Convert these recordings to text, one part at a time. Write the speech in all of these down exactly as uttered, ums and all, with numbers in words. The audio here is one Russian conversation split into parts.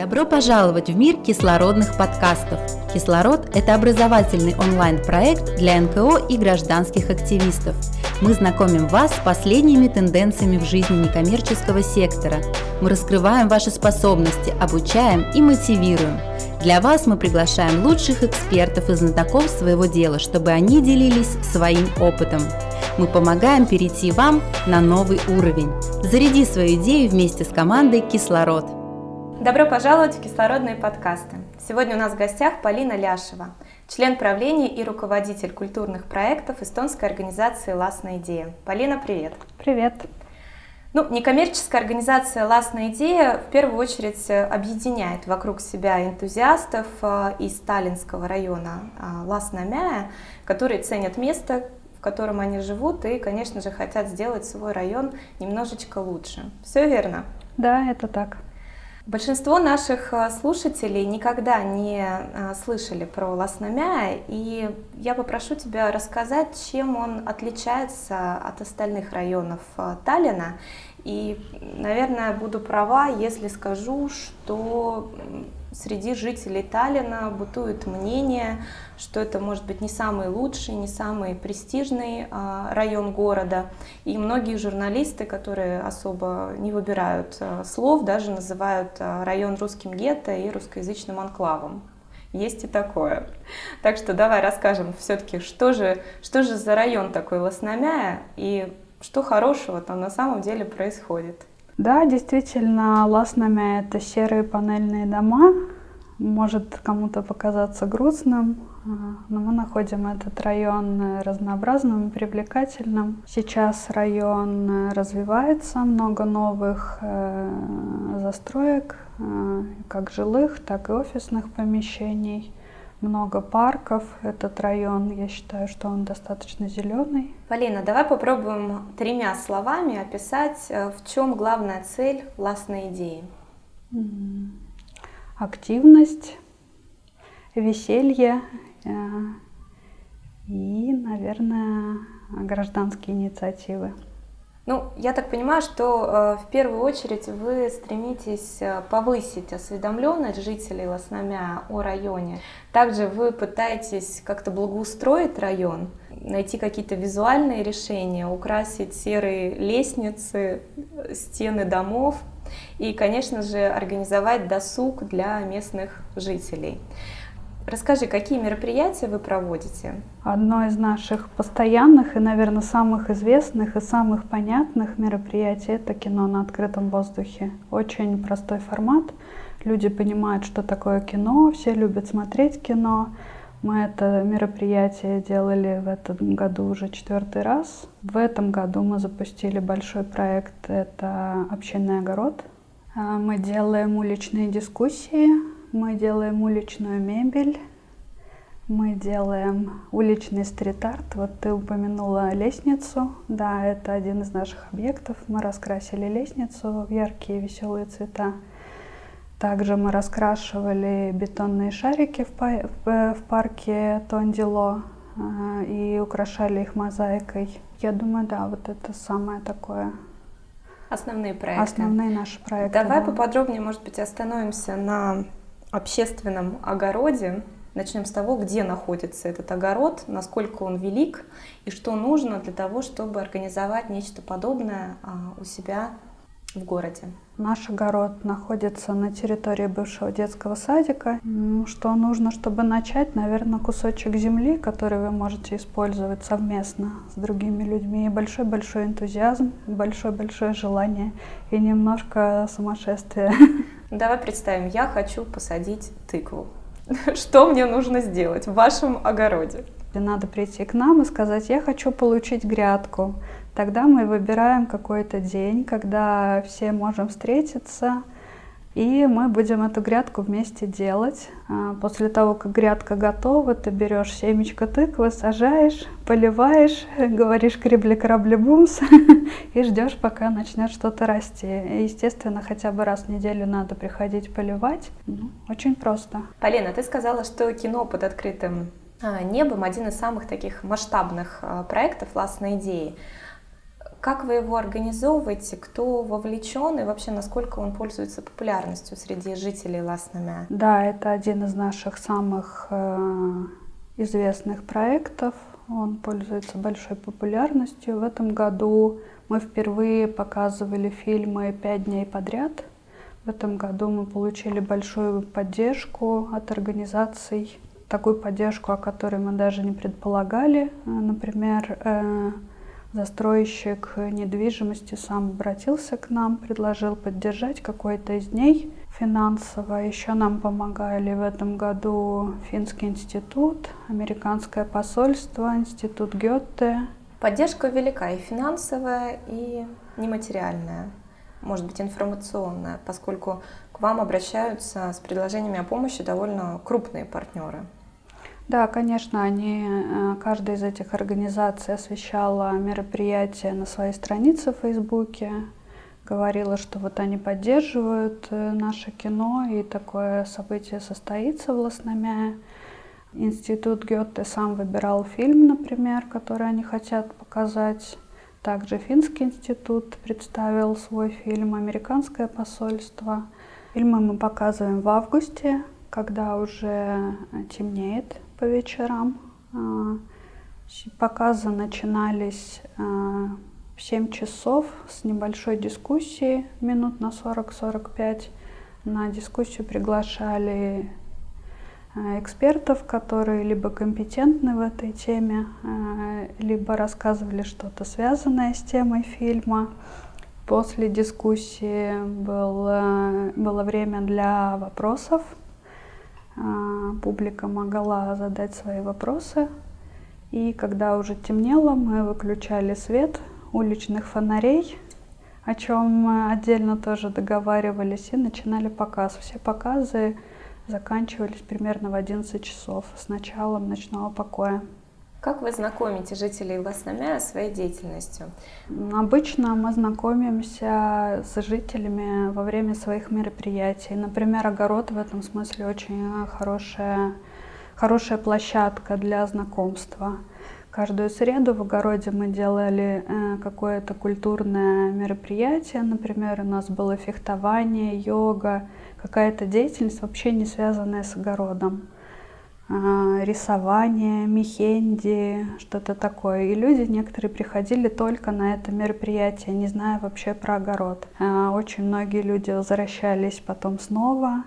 Добро пожаловать в мир кислородных подкастов. «Кислород» – это образовательный онлайн-проект для эн ка о и гражданских активистов. Мы знакомим вас с последними тенденциями в жизни некоммерческого сектора. Мы раскрываем ваши способности, обучаем и мотивируем. Для вас мы приглашаем лучших экспертов и знатоков своего дела, чтобы они делились своим опытом. Мы помогаем перейти вам на новый уровень. Заряди свою идею вместе с командой «Кислород». Добро пожаловать в кислородные подкасты. Сегодня у нас в гостях Полина Ляшева, член правления и руководитель культурных проектов эстонской организации «Ласна идея». Полина, привет! Привет! Ну, некоммерческая организация «Ласна идея» в первую очередь объединяет вокруг себя энтузиастов из Таллинского района Ласна-Мяя, которые ценят место, в котором они живут, и, конечно же, хотят сделать свой район немножечко лучше. Все верно? Да, это так. Большинство наших слушателей никогда не слышали про Ласна-Мяя, и я попрошу тебя рассказать, чем он отличается от остальных районов Таллина. И, наверное, буду права, если скажу, что среди жителей Таллина бытует мнение, что это может быть не самый лучший, не самый престижный район города. И многие журналисты, которые особо не выбирают слов, даже называют район русским гетто и русскоязычным анклавом. Есть и такое. Так что давай расскажем все-таки, что же, что же за район такой Ласна-Мяя и что хорошего там на самом деле происходит. Да, действительно, Ласна-Мяя — это серые панельные дома. Может кому-то показаться грустным, но мы находим этот район разнообразным и привлекательным. Сейчас район развивается, много новых застроек, как жилых, так и офисных помещений. Много парков. Этот район, я считаю, что он достаточно зеленый. Полина, давай попробуем тремя словами описать, в чем главная цель Ласной идеи. Активность, веселье и, наверное, гражданские инициативы. Ну, я так понимаю, что э, в первую очередь вы стремитесь повысить осведомленность жителей Ласна-Мяя о районе. Также вы пытаетесь как-то благоустроить район, найти какие-то визуальные решения, украсить серые лестницы, стены домов и, конечно же, организовать досуг для местных жителей. Расскажи, какие мероприятия вы проводите? Одно из наших постоянных и, наверное, самых известных и самых понятных мероприятий — это кино на открытом воздухе. Очень простой формат. Люди понимают, что такое кино, все любят смотреть кино. Мы это мероприятие делали в этом году уже четвертый раз. В этом году мы запустили большой проект — это общинный огород. Мы делаем уличные дискуссии. Мы делаем уличную мебель, мы делаем уличный стрит-арт. Вот ты упомянула лестницу. Да, это один из наших объектов. Мы раскрасили лестницу в яркие веселые цвета. Также мы раскрашивали бетонные шарики в, па- в, в парке Тондило э, и украшали их мозаикой. Я думаю, да, вот это самое такое. Основные проекты. Основные наши проекты. Давай да. поподробнее, может быть, остановимся на общественном огороде. Начнем с того, где находится этот огород, насколько он велик и что нужно для того, чтобы организовать нечто подобное у себя в городе. Наш огород находится на территории бывшего детского садика. Что нужно, чтобы начать? Наверное, кусочек земли, который вы можете использовать совместно с другими людьми. И большой-большой энтузиазм, большое-большое желание и немножко сумасшествия. Давай представим, я хочу посадить тыкву. Что мне нужно сделать в вашем огороде? Надо прийти к нам и сказать: я хочу получить грядку. Тогда мы выбираем какой-то день, когда все можем встретиться, и мы будем эту грядку вместе делать. После того, как грядка готова, ты берешь семечко тыквы, сажаешь, поливаешь, говоришь крибли-крабли-бумс и ждешь, пока начнет что-то расти. И, естественно, хотя бы раз в неделю надо приходить поливать. Ну, очень просто. Полина, ты сказала, что кино под открытым небом — один из самых таких масштабных проектов Ласной идеи. Как вы его организовываете, кто вовлечен и вообще насколько он пользуется популярностью среди жителей Ласномя? Да, это один из наших самых э, известных проектов. Он пользуется большой популярностью. В этом году мы впервые показывали фильмы пять дней подряд. В этом году мы получили большую поддержку от организаций, такую поддержку, о которой мы даже не предполагали. Например, э, застройщик недвижимости сам обратился к нам, предложил поддержать какой-то из дней финансово. Еще нам помогали в этом году Финский институт, Американское посольство, Институт Гёте. Поддержка велика и финансовая, и нематериальная, может быть, информационная, поскольку к вам обращаются с предложениями о помощи довольно крупные партнеры. Да, конечно, они, каждая из этих организаций освещала мероприятия на своей странице в Фейсбуке, говорила, что вот они поддерживают наше кино, и такое событие состоится в Ласномяе. Институт Гёте сам выбирал фильм, например, который они хотят показать. Также Финский институт представил свой фильм, Американское посольство. Фильмы мы показываем в августе, когда уже темнеет по вечерам. Показы начинались в семь часов с небольшой дискуссии, минут на сорок-сорок пять. На дискуссию приглашали экспертов, которые либо компетентны в этой теме, либо рассказывали что-то связанное с темой фильма. После дискуссии было, было время для вопросов. Публика могла задать свои вопросы. И когда уже темнело, мы выключали свет уличных фонарей, о чем мы отдельно тоже договаривались, и начинали показ. Все показы заканчивались примерно в одиннадцать часов с началом ночного покоя. Как вы знакомите жителей Ласномяя своей деятельностью? Обычно мы знакомимся с жителями во время своих мероприятий. Например, огород в этом смысле очень хорошая, хорошая площадка для знакомства. Каждую среду в огороде мы делали какое-то культурное мероприятие. Например, у нас было фехтование, йога, какая-то деятельность, вообще не связанная с огородом. Рисование, мехенди, что-то такое. И люди некоторые приходили только на это мероприятие, не зная вообще про огород. Очень многие люди возвращались потом снова.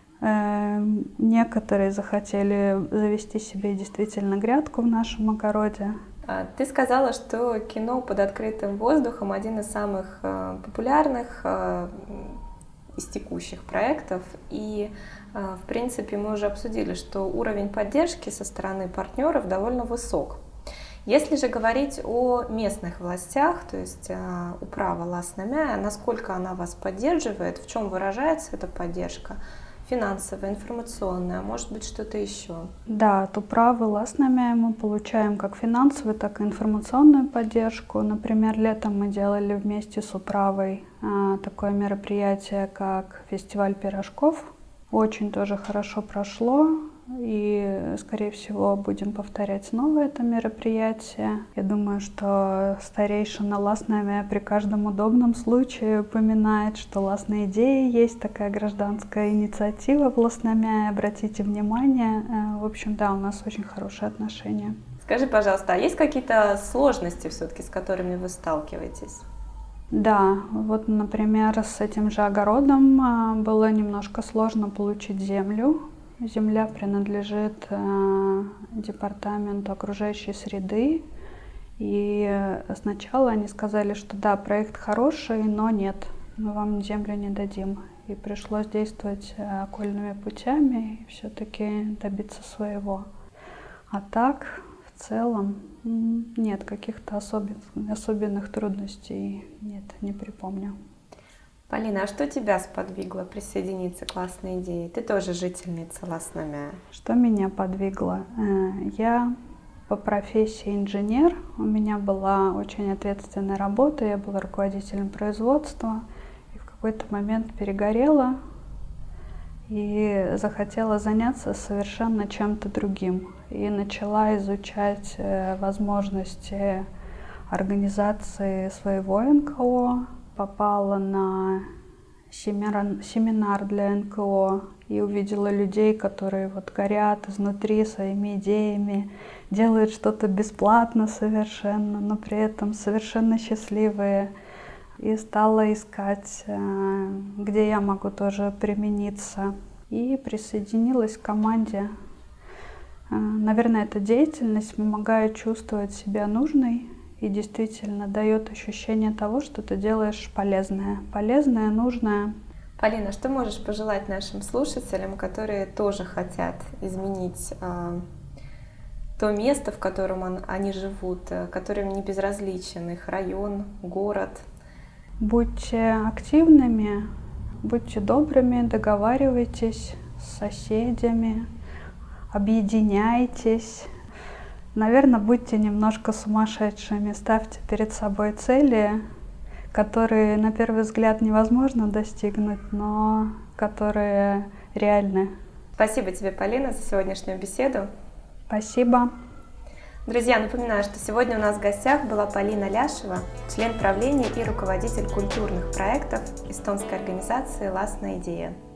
Некоторые захотели завести себе действительно грядку в нашем огороде. Ты сказала, что кино под открытым воздухом один из самых популярных из текущих проектов. И, в принципе, мы уже обсудили, что уровень поддержки со стороны партнеров довольно высок. Если же говорить о местных властях, то есть управа Ласномяя, насколько она вас поддерживает, в чем выражается эта поддержка? Финансовая, информационная, может быть, что-то еще? Да, от управы Ласномяя мы получаем как финансовую, так и информационную поддержку. Например, летом мы делали вместе с управой а, такое мероприятие, как фестиваль пирожков. Очень тоже хорошо прошло, и, скорее всего, будем повторять снова это мероприятие. Я думаю, что старейшина Ласномяя при каждом удобном случае упоминает, что Ласная идея есть такая гражданская инициатива в Ласномяе. Обратите внимание. В общем, да, у нас очень хорошие отношения. Скажи, пожалуйста, а есть какие-то сложности все-таки, с которыми вы сталкиваетесь? Да, вот, например, с этим же огородом было немножко сложно получить землю. Земля принадлежит э, департаменту окружающей среды. И сначала они сказали, что да, проект хороший, но нет, мы вам землю не дадим. И пришлось действовать окольными путями и все-таки добиться своего. А так, в целом, нет каких-то особенных, особенных трудностей, нет, не припомню. Полина, а что тебя сподвигло присоединиться к Ласной идее? Ты тоже жительница Ласномяя. Что меня подвигло? Я по профессии инженер. У меня была очень ответственная работа, я была руководителем производства. И в какой-то момент перегорела и захотела заняться совершенно чем-то другим. И начала изучать возможности организации своего эн ка о, попала на семинар для эн ка о и увидела людей, которые вот горят изнутри своими идеями, делают что-то бесплатно совершенно, но при этом совершенно счастливые. И стала искать, где я могу тоже примениться. И присоединилась к команде. Наверное, эта деятельность помогает чувствовать себя нужной и действительно дает ощущение того, что ты делаешь полезное. Полезное, нужное. Полина, что можешь пожелать нашим слушателям, которые тоже хотят изменить э, то место, в котором он, они живут, э, которым не безразличен их район, город? Будьте активными, будьте добрыми, договаривайтесь с соседями, объединяйтесь. Наверное, будьте немножко сумасшедшими, ставьте перед собой цели, которые на первый взгляд невозможно достигнуть, но которые реальны. Спасибо тебе, Полина, за сегодняшнюю беседу. Спасибо. Друзья, напоминаю, что сегодня у нас в гостях была Полина Ляшева, член правления и руководитель культурных проектов эстонской организации «Lasna idea».